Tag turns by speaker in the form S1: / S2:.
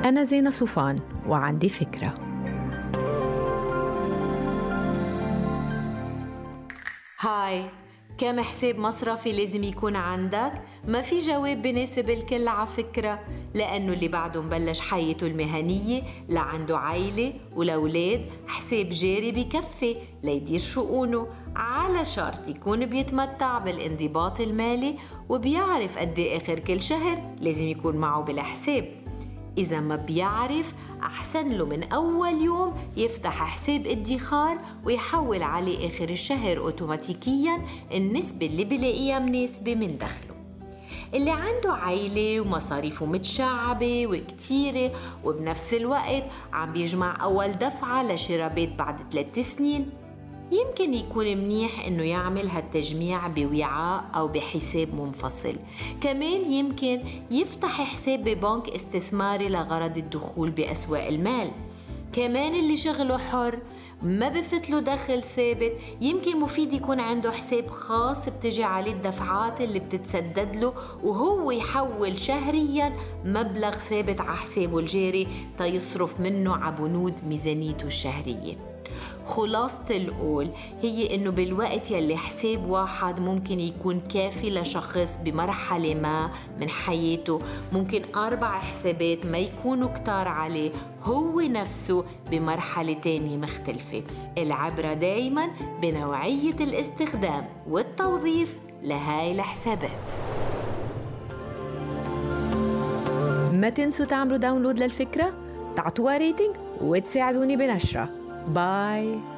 S1: أنا زينة صوفان وعندي فكرة.
S2: هاي، كم حساب مصرفي لازم يكون عندك؟ ما في جواب بناسب الكل على فكرة، لأنه اللي بعده مبلش حياته المهنية لعنده عائلة والأولاد حساب جاري بكفي ليدير شؤونه، على شرط يكون بيتمتع بالانضباط المالي وبيعرف قد ايه آخر كل شهر لازم يكون معه بالحساب. إذا ما بيعرف أحسن له من أول يوم يفتح حساب ادخار ويحول عليه آخر الشهر أوتوماتيكياً النسبة اللي بلاقيها مناسبة من دخله. اللي عنده عائلة ومصاريفه متشعبة وكتيرة وبنفس الوقت عم بيجمع أول دفعة لشراء بيت بعد 3 سنين، يمكن يكون منيح إنه يعمل هالتجميع بوعاء أو بحساب منفصل. كمان يمكن يفتح حساب ببنك استثماري لغرض الدخول بأسواق المال. كمان اللي شغله حر ما بفتله دخل ثابت، يمكن مفيد يكون عنده حساب خاص بتجي عليه الدفعات اللي بتتسدد له وهو يحول شهرياً مبلغ ثابت على حسابه الجاري تيصرف منه على بنود ميزانيته الشهرية. خلاصة القول هي إنه بالوقت يلي حساب واحد ممكن يكون كافي لشخص بمرحلة ما من حياته، ممكن 4 حسابات ما يكونوا كتار عليه هو نفسه بمرحلة تانية مختلفة. العبرة دايماً بنوعية الاستخدام والتوظيف لهاي الحسابات.
S1: ما تنسوا تعملوا داونلود للفكرة، تعطوها ريتنج وتساعدوني بنشرة. باي.